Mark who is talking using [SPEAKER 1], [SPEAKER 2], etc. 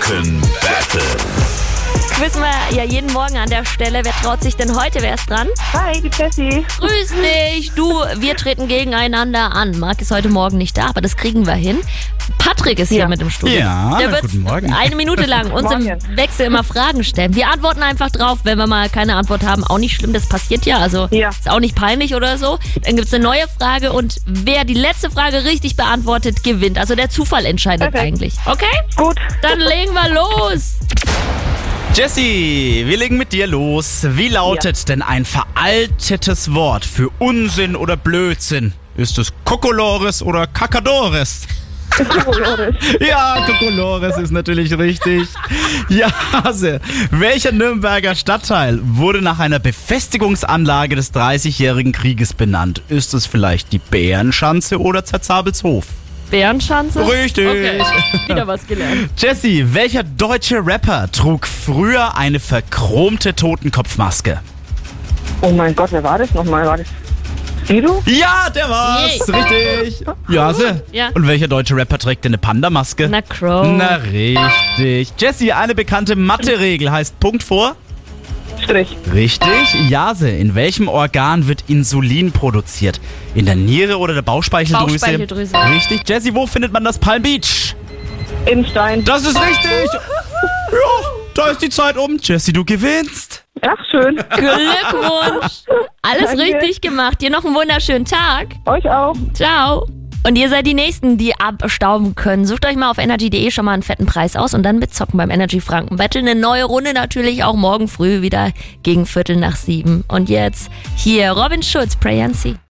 [SPEAKER 1] Franken Battle.
[SPEAKER 2] Wissen wir ja jeden Morgen an der Stelle. Wer traut sich denn heute? Wer ist dran?
[SPEAKER 3] Hi, die Jessie.
[SPEAKER 2] Grüß dich. Du, wir treten gegeneinander an. Marc ist heute Morgen nicht da, aber das kriegen wir hin. Patrick ist hier mit im Studio.
[SPEAKER 4] Ja,
[SPEAKER 2] Der wird
[SPEAKER 4] guten Morgen.
[SPEAKER 2] eine Minute lang uns im Wechsel immer Fragen stellen. Wir antworten einfach drauf, wenn wir mal keine Antwort haben. Auch nicht schlimm, das passiert ja. Also ist auch nicht peinlich oder so. Dann gibt es eine neue Frage und wer die letzte Frage richtig beantwortet, gewinnt. Also der Zufall entscheidet eigentlich. Okay?
[SPEAKER 3] Gut.
[SPEAKER 2] Dann legen wir los.
[SPEAKER 4] Jessie, wir legen mit dir los. Wie lautet denn ein veraltetes Wort für Unsinn oder Blödsinn? Ist es Kokolores oder Kakadores? Ja, Kokolores ist natürlich richtig. Ja, Hase. Welcher Nürnberger Stadtteil wurde nach einer Befestigungsanlage des 30-jährigen Krieges benannt? Ist es vielleicht die Bärenschanze oder Zerzabelshof?
[SPEAKER 2] Bärenschanze?
[SPEAKER 4] Richtig.
[SPEAKER 2] Okay, wieder was gelernt.
[SPEAKER 4] Jessie, welcher deutsche Rapper trug früher eine verchromte Totenkopfmaske?
[SPEAKER 3] Oh mein Gott, wer war das nochmal? War das Sido?
[SPEAKER 4] Ja, der war's. Richtig. Jase.
[SPEAKER 2] Ja.
[SPEAKER 4] Und welcher deutsche Rapper trägt denn eine Panda-Maske?
[SPEAKER 2] Na, Crow.
[SPEAKER 4] Na, richtig. Jessie, eine bekannte Mathe-Regel heißt Punkt vor?
[SPEAKER 3] Strich.
[SPEAKER 4] Richtig. Jase, in welchem Organ wird Insulin produziert? In der Niere oder der Bauchspeicheldrüse?
[SPEAKER 2] Bauchspeicheldrüse.
[SPEAKER 4] Richtig. Jessie, wo findet man das Palm Beach?
[SPEAKER 3] In Stein.
[SPEAKER 4] Das ist richtig. Ja, da ist die Zeit um. Jessie, du gewinnst.
[SPEAKER 3] Ach, schön.
[SPEAKER 2] Glückwunsch. Alles
[SPEAKER 3] Danke.
[SPEAKER 2] richtig gemacht. Dir noch einen wunderschönen Tag.
[SPEAKER 3] Euch auch.
[SPEAKER 2] Ciao. Und ihr seid die Nächsten, die abstauben können. Sucht euch mal auf energy.de schon mal einen fetten Preis aus und dann mitzocken beim Energy Franken Battle. Eine neue Runde natürlich auch morgen früh wieder gegen 6:45. Und jetzt hier Robin Schulz, Pray and See.